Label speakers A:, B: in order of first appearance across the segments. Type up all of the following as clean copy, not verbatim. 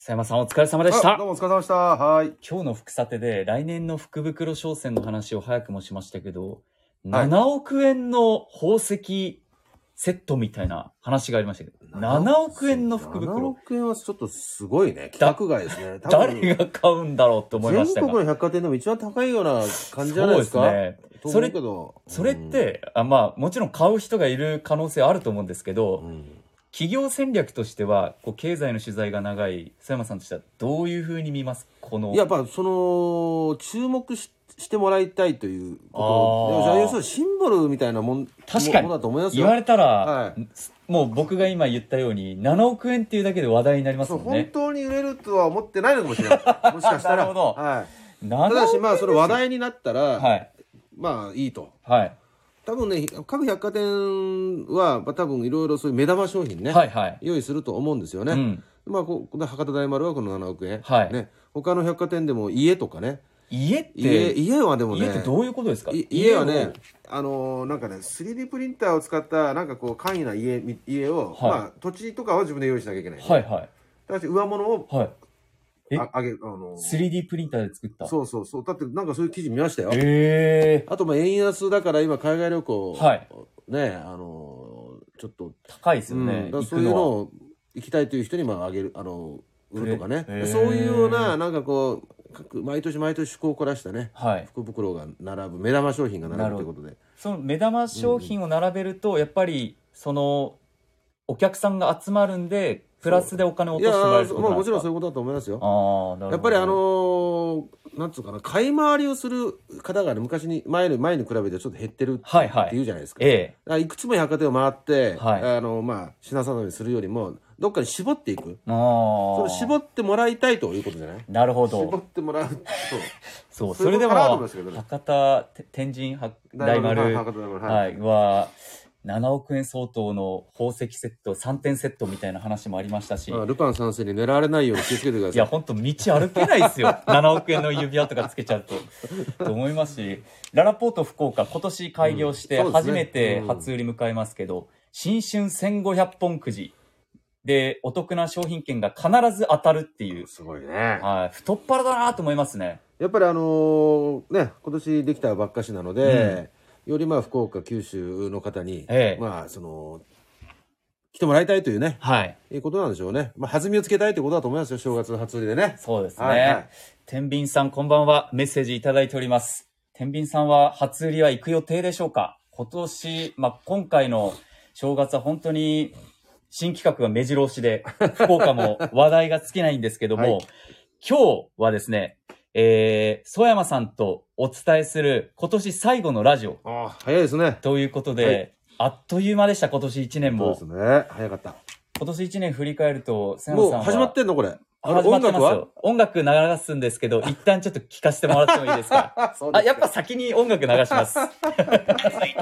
A: 佐山さんお疲れ様でした。
B: どうもお疲れ様でした。はい。
A: 今日の福さてで来年の福袋商戦の話を早くもしましたけど、
B: はい
A: 7億円の宝石セットみたいな話がありましたけど、7億円の福
B: 7
A: 袋。
B: 億円はちょっとすごいね。規格外ですね。
A: 誰が買うんだろうって思いましたが。
B: 全国の百貨店でも一番高いような感じじゃないですか。
A: そうですね。
B: と思うけど
A: それって、まあもちろん買う人がいる可能性はあると思うんですけど、企業戦略としてはこう経済の取材が長い佐山さんとしてはどういうふうに見ますこの。
B: やっぱその注目してもらいたいということで、要するにシンボルみたいなもん
A: 確かに
B: ものだと思いますよ。
A: 言われたら、
B: はい、
A: もう僕が今言ったように7億円っていうだけで話題になりますもんね。
B: 本当に売れるとは思ってないのかもしれない。もしかしたら。
A: なるほど。
B: はい、ただしまあそれ話題になったら、はい、まあいいと。はい、多分ね、各百貨店は、多分いろいろそういう目玉商品ね、はいはい、用意すると思うんですよね。まあ、博多大丸はこの7億円、はい、ね。他の百貨店でも家とかね。家はでもね、
A: 家ってどういうことですか？
B: 家はね、なんかね、3D プリンターを使った、なんかこう、簡易な家を、はい、まあ、土地とかは自分で用意しなきゃいけない。はいはい。ただし、上物を、はい。あげ
A: 3D プリンターで作った。
B: そうそうそう。だってなんかそういう記事見ましたよ。あとまあ円安だから今海外旅行、はい、ね、ちょっと
A: 高いですよね。
B: そういうのを行きたいという人にまああげる、売るとかね。そういうような、なんかこう、毎年毎年趣向を凝らしたね、はい、福袋が並ぶ、目玉商品が並ぶということで。
A: その目玉商品を並べると、やっぱり、その、お客さんが集まるんで、プラスでお金を落としてもらえるってことなんですか？
B: もちろんそういうことだと思いますよ。やっぱりなんつうかな、買い回りをする方がね、前に比べてちょっと減ってるっていうじゃないですか。いくつも百貨店を回って、まあ、品定めするよりも、どっかに絞っていく。その絞ってもらいたいということじゃない？
A: なるほど。
B: 絞ってもらうと。
A: そう、それでも、博多、天神大丸は、7億円相当の宝石セット、3点セットみたいな話もありましたし。
B: ルパン三世に狙われないように気をつけてください。
A: いや、ほんと道歩けないですよ。7億円の指輪とかつけちゃうと。と思いますし、ララポート福岡、今年開業して初めて初売り迎えますけど、新春1500本くじでお得な商品券が必ず当たるっていう。
B: すごいね。
A: はい。太っ腹だなと思いますね。
B: やっぱりね、今年できたばっかしなので、よりまあ福岡、九州の方に、まあ来てもらいたいというね、はい、いうことなんでしょうね。まあ弾みをつけたいということだと思いますよ、正月の初売りでね。
A: そうですね。はいはい、天秤さんこんばんは、メッセージいただいております。天秤さんは初売りは行く予定でしょうか？今年、まあ今回の正月は本当に新企画が目白押しで、福岡も話題が尽きないんですけども、はい、今日はですね、曽山さんとお伝えする今年最後のラジオ。
B: 早いですね。
A: ということで、はい、あっという間でした、今年1年も。
B: そうですね。早かった。
A: 今年1年振り返ると、曽山さんは。
B: もう始まってんのこれ。
A: 始まってますよ。音楽流すんですけど、一旦ちょっと聞かせてもらってもいいですか？やっぱ先に音楽流します。暑い時は、テレキューラジオ。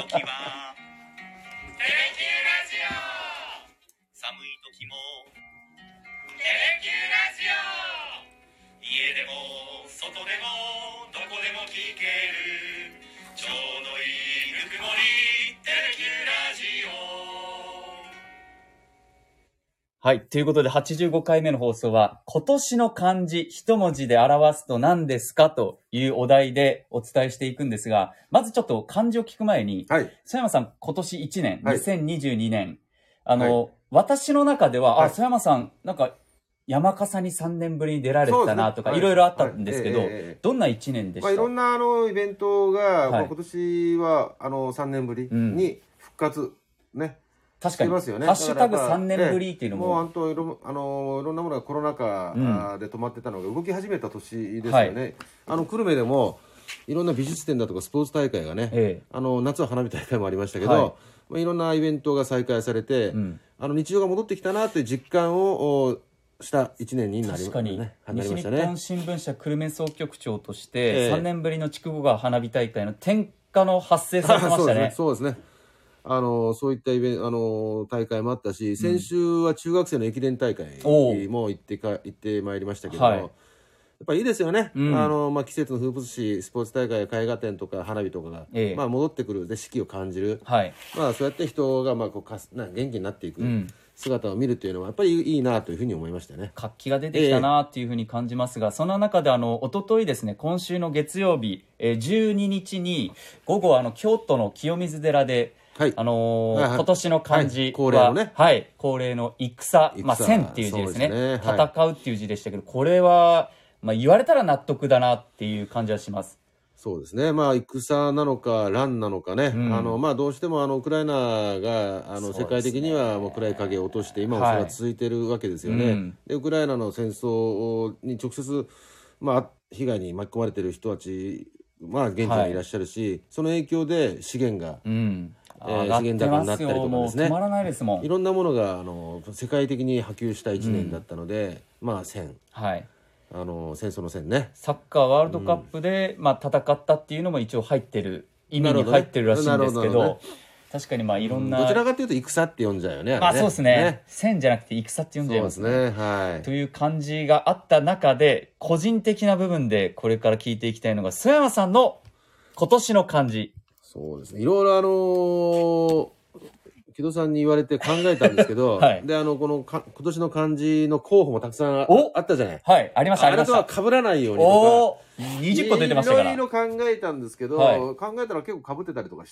A: 寒い時も、テレキューラジオ。家でも外でもどこでも聞けるちょうどいいぬくもりテレキューラジオ。はい。ということで85回目の放送は今年の漢字一文字で表すと何ですかというお題でお伝えしていくんですが、まずちょっと漢字を聞く前に、はい、曽山さん今年1年、はい、2022年、私の中では、曽山さんなんか山笠に3年ぶりに出られたなとか、いろいろあったんですけど、どんな1年でした？
B: いろんなイベントが、今年は3年ぶりに復活、ね。
A: 確かに。ハッシュタグ3年ぶりっていうのも。
B: もういろんなものがコロナ禍で止まってたのが動き始めた年ですよね。久留米でも、いろんな美術展だとかスポーツ大会がね、夏は花火大会もありましたけど、いろんなイベントが再開されて、日常が戻ってきたなという実感を、した1年になりましたね。確かに
A: 西日本新聞社久留米総局長として、3年ぶりの筑後川花火大会の点火の発生されてましたね。
B: そうですね。そういった大会もあったし、先週は中学生の駅伝大会も行ってまいりましたけど、やっぱいいですよね。季節の風物詩、スポーツ大会、絵画展とか花火とかが、戻ってくるで四季を感じる。そうやって人が元気になっていく。 姿を見るというのはやっぱりいいなというふうに思いましたね。
C: 活気が出てきたなっていうふうに感じますが、その中で一昨日ですね、今週の月曜日、12日に午後京都の清水寺で、はい、今年の漢字は、
B: 恒例のね、
C: はい、恒例の戦、戦っていう字ですね。戦うっていう字でしたけど、これは、言われたら納得だなっていう感じはします。
B: そうですね。戦なのか、乱なのかね。どうしてもウクライナが、世界的にはもう暗い影を落として、今もそれは続いているわけですよね。で、ウクライナの戦争に直接、被害に巻き込まれている人たち、現地にいらっしゃるし、その影響で資源が、資源高になったりとかですね。
C: 止まらないですもん。
B: いろんなものが、世界的に波及した1年だったので、戦。はい。戦争の戦ね。
C: サッカーワールドカップで、戦ったっていうのも一応入ってる、意味に入ってるらしいんですけど、確かにいろんな。
B: どちらかというと戦って読んじゃうよね。
C: そうですね。戦じゃなくて戦って読んじゃいますね。
B: そうですね。はい。
C: という感じがあった中で、個人的な部分でこれから聞いていきたいのが、曽山さんの今年の漢字。
B: そうですね。いろいろ木戸さんに言われて考えたんですけど、はい、で、この今年の漢字の候補もたくさんあったじゃない。
C: はい、ありました、ありました。
B: あれとは被らないようにとか。
C: 20個出てましたから。
B: いろいろ考えたんですけど、考えたら結構被ってたりとかして、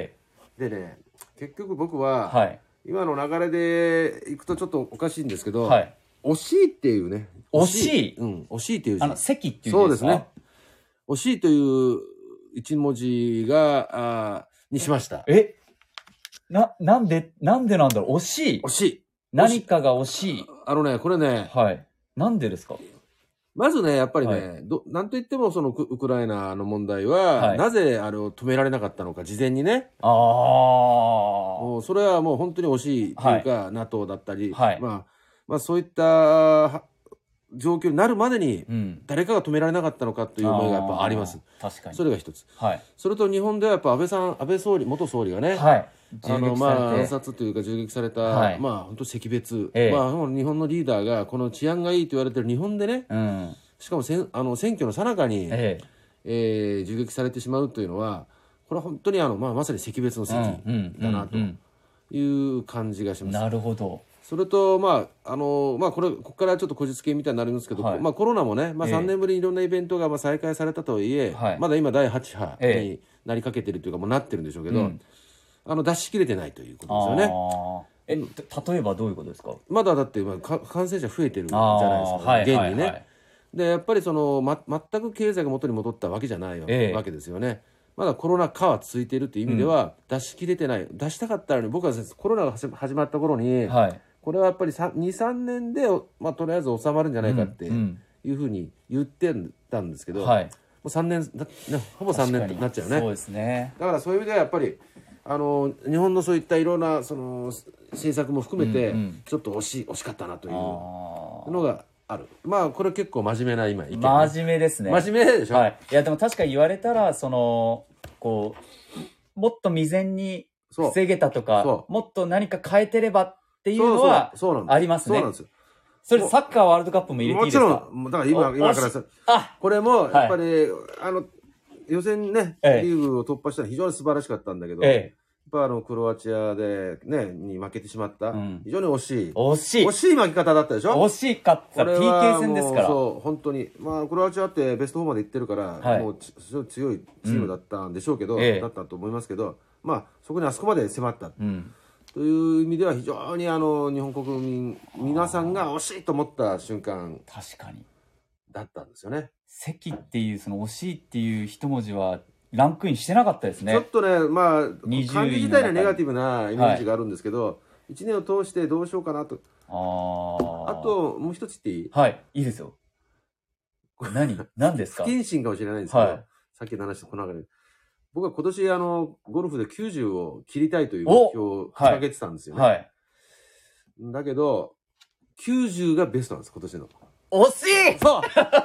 B: でね、結局僕は、今の流れでいくとちょっとおかしいんですけど、惜しいっていうね。
C: 惜しい？
B: 惜しいっていう字。
C: 関っていう字ですか？
B: そうですね。惜しいという一文字にしました。
C: なんでなんだろう、惜しい。
B: 惜しい。
C: 何かが惜しい。
B: これね。
C: はい。なんでですか？
B: まずね、やっぱりね、なんといってもそのウクライナの問題は、なぜあれを止められなかったのか、事前にね。もうそれはもう本当に惜しいというか、NATO だったり、そういった状況になるまでに、誰かが止められなかったのかという思いがやっぱあります。
C: 確かに。
B: それが一つ。それと日本ではやっぱ安倍元総理がね、暗殺というか銃撃された、本当惜別、日本のリーダーがこの治安がいいと言われてる日本でね、しかも選挙の最中に、銃撃されてしまうというのは、これは本当にまさに惜別の責だなという感じがします。
C: なるほど。
B: それとここからちょっとこじつけみたいになりますけど、コロナもね、3年ぶりにいろんなイベントが再開されたとはいえ、まだ今第8波になりかけてるというか、もうなってるんでしょうけど、出し切れてないということですよね。
C: 例えばどういうことですか？
B: まだだって感染者増えてるじゃないですか、現にね。で、やっぱり全く経済が元に戻ったわけじゃないわけですよね。まだコロナ禍は続いているという意味では、出し切れてない。出したかったのに、僕はコロナが始まった頃に、これはやっぱり2、3年で、とりあえず収まるんじゃないかっていうふうに言ってたんですけど、もう3年、ほぼ3年になっちゃうね。
C: そうですね。
B: だからそういう意味ではやっぱり、日本のそういったいろんな政策も含めて、ちょっと惜しかったなというのがある。これ結構真面目な今意見、ね。
C: 真面目ですね。
B: 真面目でしょ。
C: いやでも確かに言われたらもっと未然に防げたとか、もっと何か変えてればっていうのはありますね。そうなんですよ。それサッカーワールドカップも入れていいですか？
B: もちろん、だから今からさ、これもやっぱり、予選ね、リーグを突破したのは非常に素晴らしかったんだけど、やっぱクロアチアでね、に負けてしまった。非常に惜しい。惜しい負け方だったでしょ？
C: 惜しかった。PK 戦ですから。
B: そう、本当に。クロアチアってベスト4まで行ってるから、もう強いチームだったんでしょうけど、だったと思いますけど、そこにあそこまで迫った。という意味では非常に日本国民皆さんが惜しいと思った瞬間だったんですよね。
C: 関っていうその惜しいっていう一文字はランクインしてなかったですね。
B: ちょっとね、漢字自体にはネガティブなイメージがあるんですけど、1年を通してどうしようかなと。あともう一つ言っていい？
C: はい、いいですよ。何ですか？
B: 不謹慎かもしれないんですけど、さっきの話とこの中で。僕は今年ゴルフで90を切りたいという目標を掲げてたんですよね。だけど、90がベストなんです、今年の。
C: 惜しい！
B: そう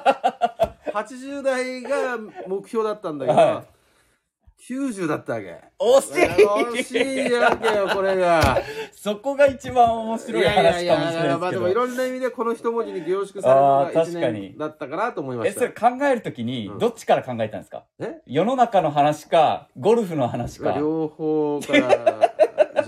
B: 80代が目標だったんだけど、90だったわけ。惜しいわけよ、これが。
C: そこが一番面白い話かもしれないですけど。
B: でもいろんな意味でこの一文字に凝縮されるのが1年だったかなと思いました。
C: それ考えるときに、どっちから考えたんですか？世の中の話か、ゴルフの話か。
B: 両方から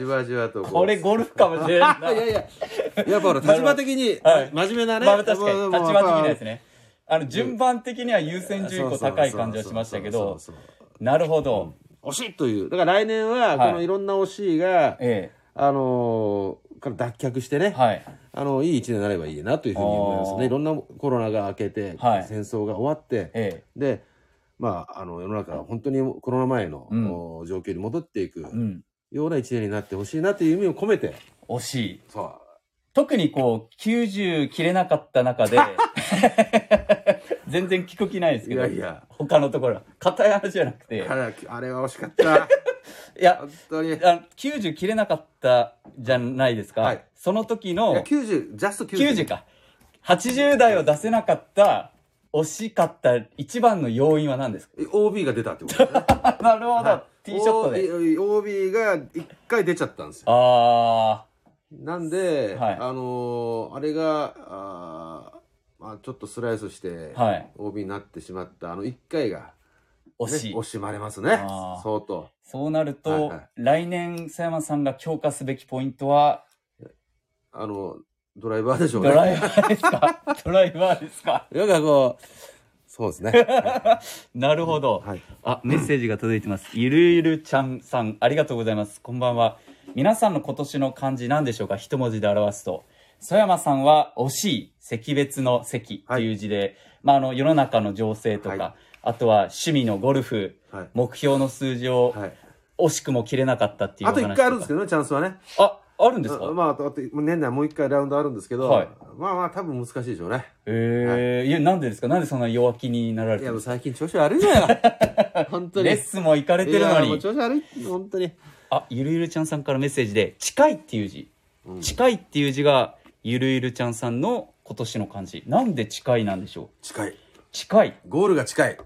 B: じわじわと
C: これゴルフかもしれないな。
B: いやいや、やっぱほら、立場的に、真面目なね。
C: まあ確かに、立場的にはですね。順番的には優先順位高い感じはしましたけど、なるほど。
B: 惜しいという。だから来年は、このいろんな惜しいが、から脱却してね、いい一年になればいいなというふうに思いますね。いろんなコロナが明けて、戦争が終わって、で、まあ、世の中は本当にコロナ前の状況に戻っていくような一年になってほしいなという意味を込めて。
C: 惜しい。
B: そう。
C: 特にこう、90切れなかった中で、全然聞く気ないですけど、いや他のところは。硬い話じゃなくて。
B: あれは惜しかった。
C: いや、本当に。90切れなかったじゃないですか。その時の、
B: 90、ジャスト90。
C: 90か。80代を出せなかった、惜しかった一番の要因は何ですか？
B: OB が出たってことですね。
C: なるほど。ティーショットで。
B: OB が1回出ちゃったんですよ。なんで、あれが、まあ、ちょっとスライスして、OB になってしまった1回が、惜しまれますね。相当。
C: そうなると、来年、佐山さんが強化すべきポイントは、
B: ドライバーでしょうね。
C: ドライバーですか？ドライバーですか？
B: なんかこう、そうですね。
C: なるほど。メッセージが届いてます。ゆるゆるちゃんさん、ありがとうございます。こんばんは。皆さんの今年の漢字何でしょうか？一文字で表すと。曽山さんは惜しい、惜別の惜という字で、まあ、世の中の情勢とか、あとは趣味のゴルフ、目標の数字を惜しくも切れなかったっていう話。
B: あと1回あるんですけどね、チャンスはね。
C: あるんですか？
B: まあ、年内もう1回ラウンドあるんですけど、まあ多分難しいでしょうね。
C: いや、なんでですか？なんでそんな弱気になられてるんですか？
B: いや、最近調子悪いのよ。本当に。
C: レッスンも行かれてるのに。
B: もう調子悪い、本当に。
C: ゆるゆるちゃんさんからメッセージで、近いっていう字。近いっていう字が、ゆるゆるちゃんさんの今年の漢字。なんで近いなんでしょう？
B: 近い。
C: 近い。
B: ゴールが近い。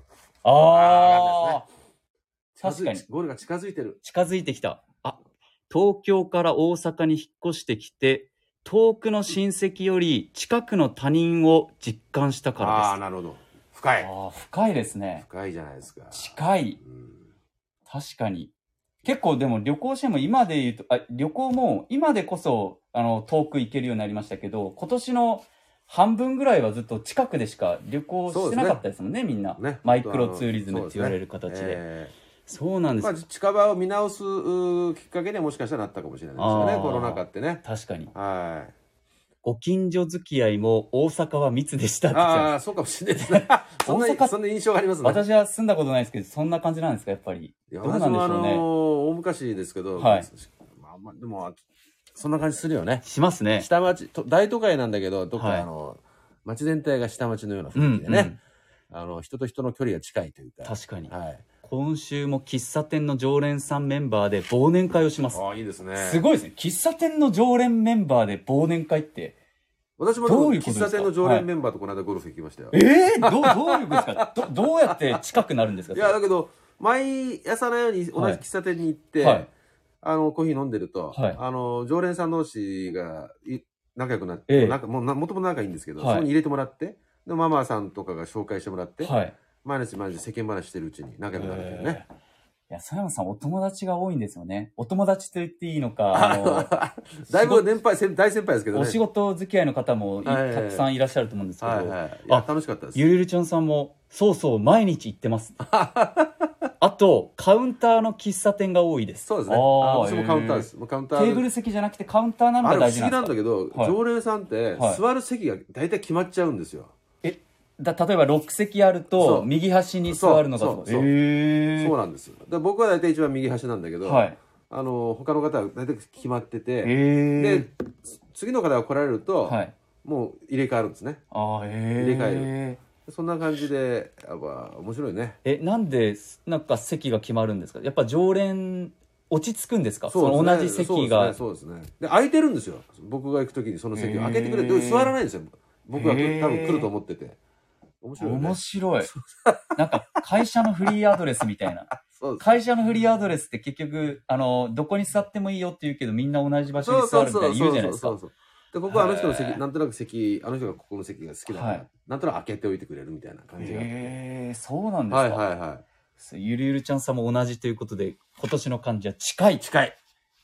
C: 確かに。
B: ゴールが近づいてる。
C: 近づいてきた。東京から大阪に引っ越してきて、遠くの親戚より近くの他人を実感したからです。
B: なるほど。深い。
C: 深いですね。
B: 深いじゃないですか。
C: 近い。確かに。結構でも旅行支援も今で言うと、旅行も今でこそ、遠く行けるようになりましたけど、今年の半分ぐらいはずっと近くでしか旅行してなかったですもんね、みんな。マイクロツーリズムって言われる形で。そうなんです。
B: 近場を見直すきっかけにはもしかしたらなったかもしれないですよね、コロナ禍ってね。
C: 確かに。ご近所付き合いも大阪は密でしたって。
B: そうかもしれないですね。そんな印象がありますね。
C: 私は住んだことないですけど、そんな感じなんですか、やっぱり。どうなんでしょうね。
B: 大昔ですけど、でも、そんな感じするよね。
C: しますね。
B: 下町、大都会なんだけど、どっか町全体が下町のような雰囲気でね。人と人の距離が近いというか。
C: 確かに。今週も喫茶店の常連さんメンバーで忘年会をします。
B: いいですね。
C: すごいですね。喫茶店の常連メンバーで忘年会って。
B: 私も喫茶店の常連メンバーとこの間ゴルフ行きましたよ。
C: どういうことですか？どうやって近くなるんですか？
B: いや、だけど、毎朝のように同じ喫茶店に行って、コーヒー飲んでると、常連さん同士が仲良くなって、もともと仲いいんですけど、そこに入れてもらって、でママさんとかが紹介してもらって、毎日世間話してるうちに仲良くなるっていうね。
C: いや、佐山さんお友達が多いんですよね。お友達と言っていいのか、
B: だいぶ大先輩ですけどね。
C: お仕事付き合いの方もたくさんいらっしゃると思うんですけど。
B: 楽しかったです。
C: ゆるゆるちゃんさんも、そう、毎日行ってます。あと、カウンターの喫茶店が多いです。
B: そうですね。私もカウンターです。テ
C: ーブル席じゃなくてカウンターなのが大事なんですか？
B: 不思議なんだけど、常連さんって座る席が大体決まっちゃうんですよ。
C: 例えば6席あると右端に座るのかとか。
B: そうなんです。僕は大体一番右端なんだけど、他の方は大体決まってて、で次の方が来られるともう入れ替わるんですね。入れ替える。そんな感じでやっぱ面白いね。
C: なんでなんか席が決まるんですか？やっぱ常連落ち着くんですか？その同じ席が。
B: そうですね。で空いてるんですよ。僕が行くときにその席を開けてくれて座らないんですよ。僕は多分来ると思ってて。
C: 面白い。なんか会社のフリーアドレスみたいな。会社のフリーアドレスって結局、どこに座ってもいいよって言うけど、みんな同じ場所に座るみたいな言うじゃないですか。
B: で、僕はあの人の席、なんとなくあの人がここの席が好きだから、なんとなく開けておいてくれるみたいな感じが。
C: そうなんですか。ゆるゆるちゃんさんも同じということで、今年の漢字は近い。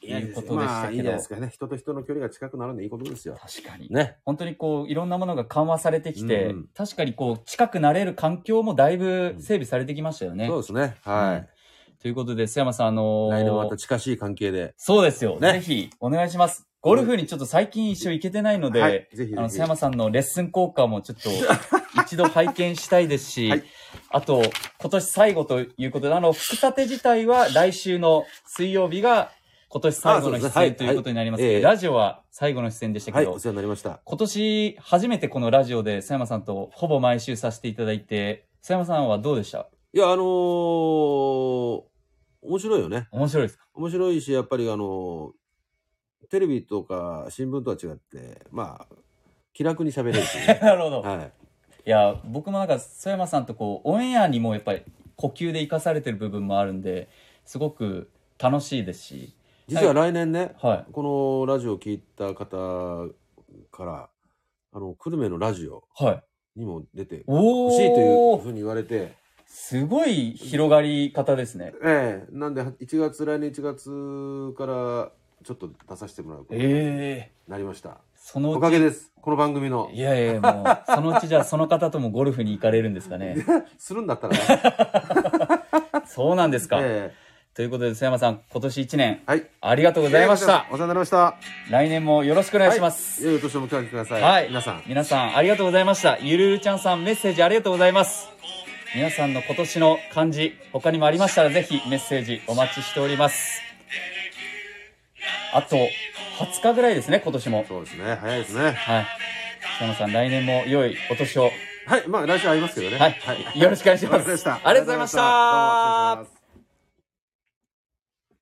C: いうことでしたけど。
B: まあいいじゃないですかね。人と人の距離が近くなるんでいいことですよ。
C: 確かに。
B: ね。
C: 本当にこう、いろんなものが緩和されてきて、確かにこう、近くなれる環境もだいぶ整備されてきましたよね。
B: そうですね。はい。
C: ということで、須山さん、
B: 来年また近しい関係で。
C: そうですよ。ぜひ、お願いします。ゴルフにちょっと最近一緒行けてないので、
B: ぜひ
C: 須山さんのレッスン効果もちょっと一度拝見したいですし、あと、今年最後ということで、福立自体は来週の水曜日が今年最後の出演ということになりますけど、ラジオは最後の出演でしたけど、
B: お世話になりました。
C: 今年初めてこのラジオで須山さんとほぼ毎週させていただいて、須山さんはどうでした？
B: いや、面白いよね。
C: 面白いですか？
B: 面白いし、やっぱりテレビとか新聞とは違って、まあ、気楽に喋れるし、ね。
C: なるほど。
B: はい。
C: いや、僕もなんか、須山さんとこう、オンエアにもやっぱり呼吸で生かされてる部分もあるんで、すごく楽しいですし。
B: 実は来年ね、
C: はい、
B: このラジオを聞いた方から、久留米のラジオにも出てほしいというふうに言われて、
C: すごい広がり方ですね。
B: なんで、来年1月から、ちょっと出させてもらうことになりました。そのおかげです。この番組の。
C: いやいや、もう、そのうちじゃあその方ともゴルフに行かれるんですかね。
B: するんだったらね。
C: そうなんですか。ということで、須山さん、今年1年、ありがとうございました。
B: お世話になりました。
C: 来年もよろしくお願いします。
B: 良いお年を迎えてください。
C: はい。皆さん、ありがとうございました。ゆるるちゃんさん、メッセージありがとうございます。皆さんの今年の漢字、他にもありましたら、ぜひメッセージお待ちしております。あと20日ぐらいですね、今年も。
B: そうですね、早いですね。
C: はい。須山さん、来年も良いお年を。
B: はい、まあ来週会いますけどね。
C: はい。よろしくお願いします。
B: ありがとうございました。
C: ありがとうございました。